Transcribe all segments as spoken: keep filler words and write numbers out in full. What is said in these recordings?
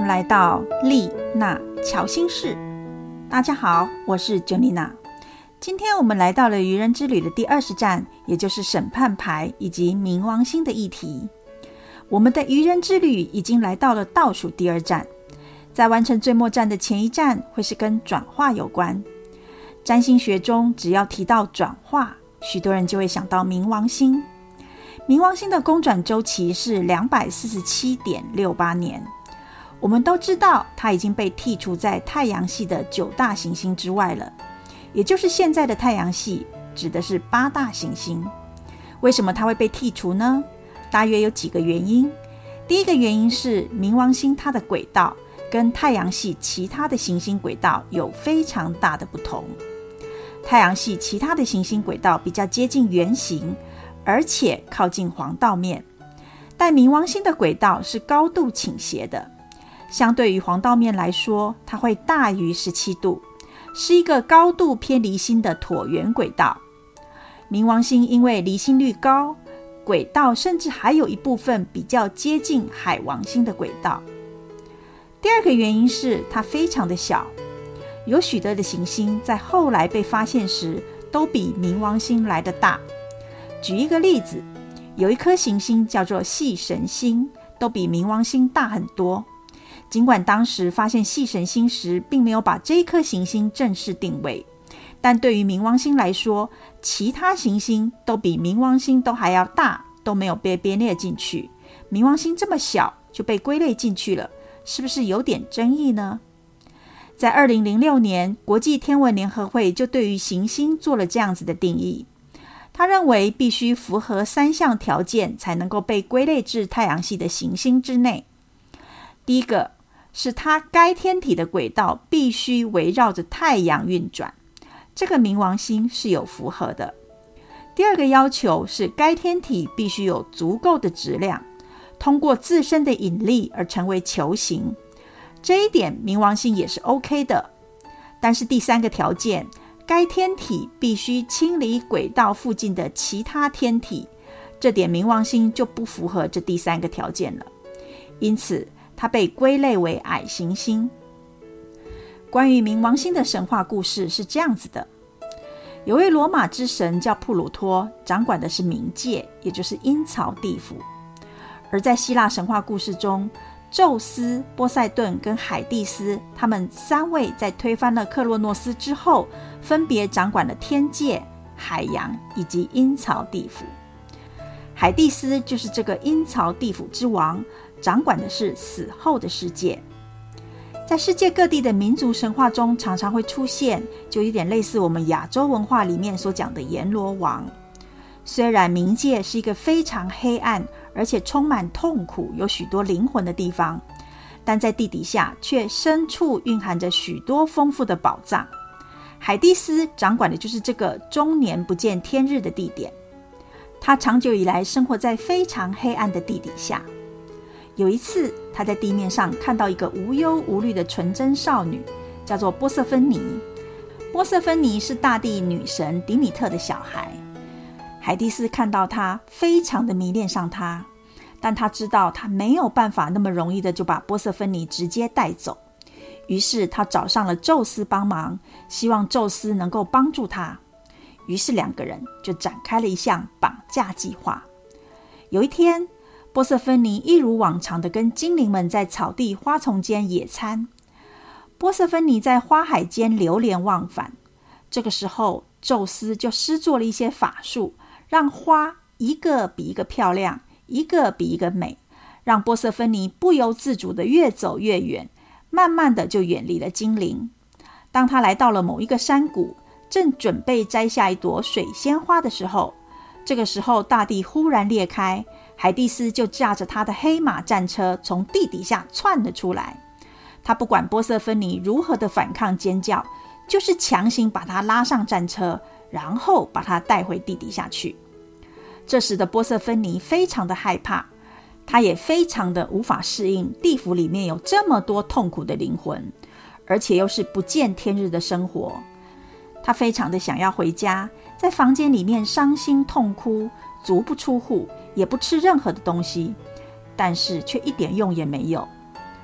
迎来到丽娜乔心室。大家好，我是 Janina。 今天我们来到了愚人之旅的第二十站，也就是审判牌以及冥王星的议题。我们的愚人之旅已经来到了倒数第二站，在完成最末站的前一站会是跟转化有关。占星学中只要提到转化，许多人就会想到冥王星。冥王星的公转周期是 两百四十七点六八年。我们都知道它已经被剔除在太阳系的九大行星之外了，也就是现在的太阳系指的是八大行星。为什么它会被剔除呢？大约有几个原因。第一个原因是冥王星它的轨道跟太阳系其他的行星轨道有非常大的不同。太阳系其他的行星轨道比较接近圆形，而且靠近黄道面，但冥王星的轨道是高度倾斜的，相对于黄道面来说，它会大于十七度，是一个高度偏离心的椭圆轨道。冥王星因为离心率高，轨道甚至还有一部分比较接近海王星的轨道。第二个原因是它非常的小，有许多的行星在后来被发现时都比冥王星来得大。举一个例子，有一颗行星叫做系神星，都比冥王星大很多。尽管当时发现系神星时并没有把这一颗行星正式定位，但对于冥王星来说，其他行星都比冥王星都还要大，都没有被编列进去。冥王星这么小就被归类进去了，是不是有点争议呢？在二零零六年，国际天文联合会就对于行星做了这样子的定义。他认为必须符合三项条件才能够被归类至太阳系的行星之内。第一个是它该天体的轨道必须围绕着太阳运转，这个冥王星是有符合的。第二个要求是该天体必须有足够的质量，通过自身的引力而成为球形，这一点冥王星也是 OK 的。但是第三个条件，该天体必须清离轨道附近的其他天体，这点冥王星就不符合这第三个条件了，因此它被归类为矮行星。关于冥王星的神话故事是这样子的，有位罗马之神叫普鲁托，掌管的是冥界，也就是阴曹地府。而在希腊神话故事中，宙斯、波塞顿跟海蒂斯他们三位在推翻了克洛诺斯之后，分别掌管了天界、海洋以及阴曹地府。海蒂斯就是这个阴曹地府之王，掌管的是死后的世界。在世界各地的民族神话中常常会出现，就有点类似我们亚洲文化里面所讲的阎罗王。虽然冥界是一个非常黑暗而且充满痛苦，有许多灵魂的地方，但在地底下却深处蕴含着许多丰富的宝藏。海蒂斯掌管的就是这个终年不见天日的地点，他长久以来生活在非常黑暗的地底下。有一次，他在地面上看到一个无忧无虑的纯真少女，叫做波瑟芬妮。波瑟芬妮是大地女神迪米特的小孩。海蒂斯看到她，非常的迷恋上她，但他知道他没有办法那么容易的就把波瑟芬妮直接带走，于是他找上了宙斯帮忙，希望宙斯能够帮助他。于是两个人就展开了一项绑架计划。有一天，波瑟芬妮一如往常的跟精灵们在草地花丛间野餐。波瑟芬妮在花海间流连忘返，这个时候宙斯就施作了一些法术，让花一个比一个漂亮，一个比一个美，让波瑟芬妮不由自主的越走越远，慢慢的就远离了精灵。当他来到了某一个山谷，正准备摘下一朵水仙花的时候，这个时候大地忽然裂开，海蒂斯就驾着他的黑马战车从地底下窜了出来。他不管波瑟芬妮如何的反抗尖叫，就是强行把他拉上战车，然后把他带回地底下去。这时的波瑟芬妮非常的害怕，她也非常的无法适应地府里面有这么多痛苦的灵魂，而且又是不见天日的生活。她非常的想要回家，在房间里面伤心痛哭，足不出户，也不吃任何的东西，但是却一点用也没有。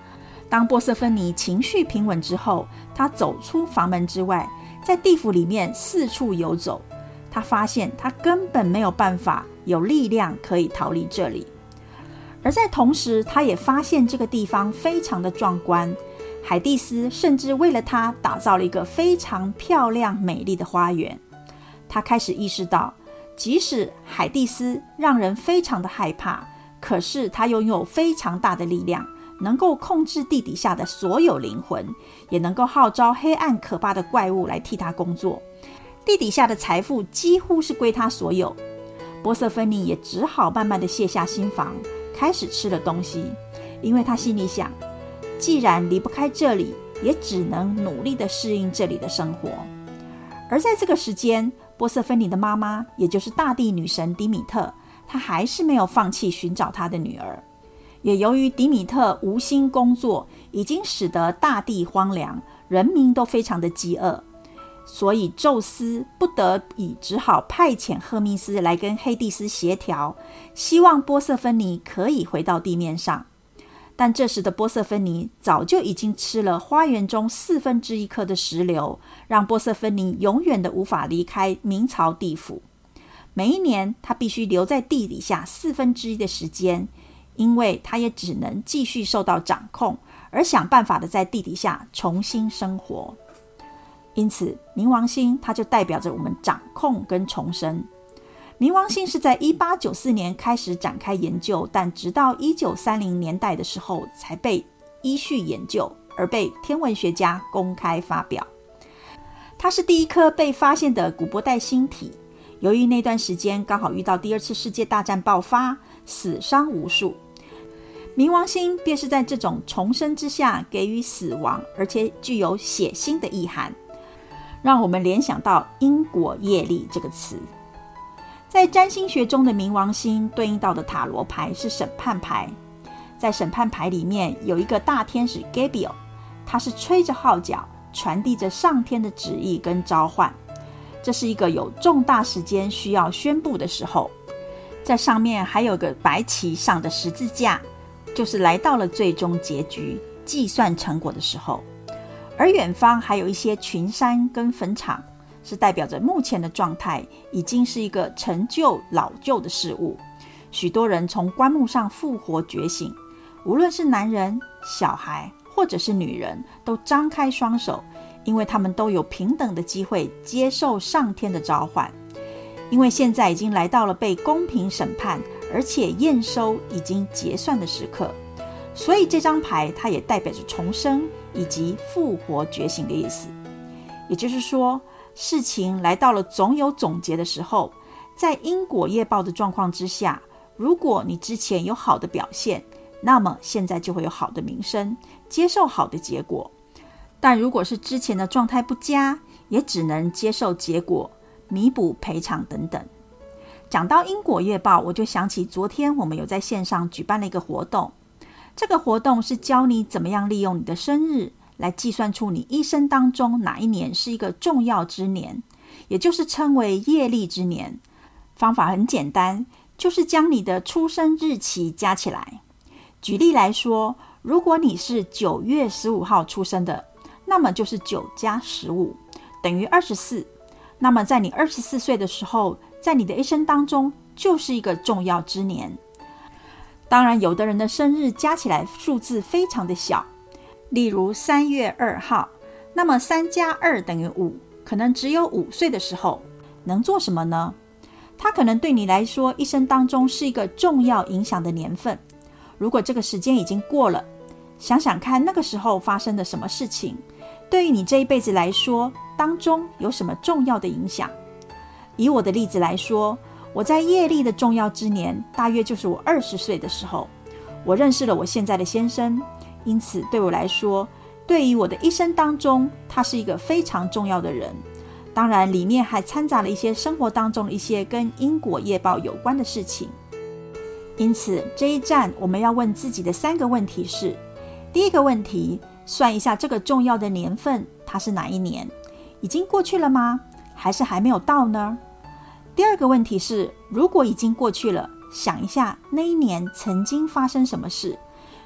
当波瑟芬妮情绪平稳之后，她走出房门之外，在地府里面四处游走。她发现她根本没有办法有力量可以逃离这里，而在同时，她也发现这个地方非常的壮观。海蒂斯甚至为了她打造了一个非常漂亮美丽的花园。她开始意识到，即使海蒂斯让人非常的害怕，可是她拥有非常大的力量，能够控制地底下的所有灵魂，也能够号召黑暗可怕的怪物来替她工作。地底下的财富几乎是归她所有。波瑟芬妮也只好慢慢的卸下心防，开始吃了东西，因为她心里想，既然离不开这里，也只能努力的适应这里的生活。而在这个时间，波瑟芬妮的妈妈，也就是大地女神迪米特，她还是没有放弃寻找她的女儿。也由于迪米特无心工作，已经使得大地荒凉，人民都非常的饥饿，所以宙斯不得已只好派遣赫密斯来跟黑帝斯协调，希望波瑟芬妮可以回到地面上。但这时的波瑟芬妮早就已经吃了花园中四分之一颗的石榴，让波瑟芬妮永远的无法离开明曹地府。每一年她必须留在地底下四分之一的时间，因为她也只能继续受到掌控，而想办法的在地底下重新生活。因此冥王星它就代表着我们掌控跟重生。冥王星是在一八九四年开始展开研究，但直到一九三零年代的时候才被依序研究，而被天文学家公开发表。它是第一颗被发现的古波带星体，由于那段时间刚好遇到第二次世界大战爆发，死伤无数。冥王星便是在这种重生之下给予死亡，而且具有血腥的意涵，让我们联想到因果业力这个词。在占星学中的冥王星对应到的塔罗牌是审判牌，在审判牌里面有一个大天使 Gabriel， 他是吹着号角，传递着上天的旨意跟召唤。这是一个有重大时间需要宣布的时候。在上面还有个白旗上的十字架，就是来到了最终结局计算成果的时候。而远方还有一些群山跟坟场，是代表着目前的状态已经是一个陈旧老旧的事物。许多人从棺木上复活觉醒，无论是男人、小孩或者是女人，都张开双手，因为他们都有平等的机会接受上天的召唤。因为现在已经来到了被公平审判，而且验收已经结算的时刻，所以这张牌它也代表着重生以及复活觉醒的意思。也就是说，事情来到了总有总结的时候，在因果业报的状况之下，如果你之前有好的表现，那么现在就会有好的名声，接受好的结果。但如果是之前的状态不佳，也只能接受结果，弥补赔偿等等。讲到因果业报，我就想起昨天我们有在线上举办了一个活动。这个活动是教你怎么样利用你的生日来计算出你一生当中哪一年是一个重要之年，也就是称为业力之年。方法很简单，就是将你的出生日期加起来。举例来说，如果你是九月十五号出生的，那么就是九加十五等于二十四。那么在你二十四岁的时候，在你的一生当中就是一个重要之年。当然有的人的生日加起来数字非常的小，例如三月二号，那么三加二等于五，可能只有五岁的时候，能做什么呢？它可能对你来说一生当中是一个重要影响的年份。如果这个时间已经过了，想想看那个时候发生的什么事情，对于你这一辈子来说当中有什么重要的影响。以我的例子来说，我在业力的重要之年大约就是我二十岁的时候，我认识了我现在的先生，因此对我来说，对于我的一生当中，他是一个非常重要的人。当然里面还掺杂了一些生活当中一些跟因果业报有关的事情。因此这一站我们要问自己的三个问题是：第一个问题，算一下这个重要的年份它是哪一年，已经过去了吗？还是还没有到呢？第二个问题是，如果已经过去了，想一下那一年曾经发生什么事，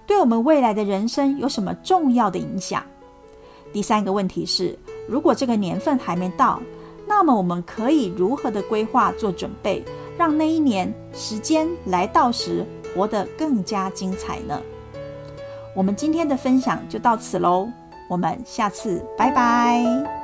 对我们未来的人生有什么重要的影响？第三个问题是，如果这个年份还没到，那么我们可以如何的规划做准备，让那一年时间来到时活得更加精彩呢？我们今天的分享就到此喽，我们下次拜拜。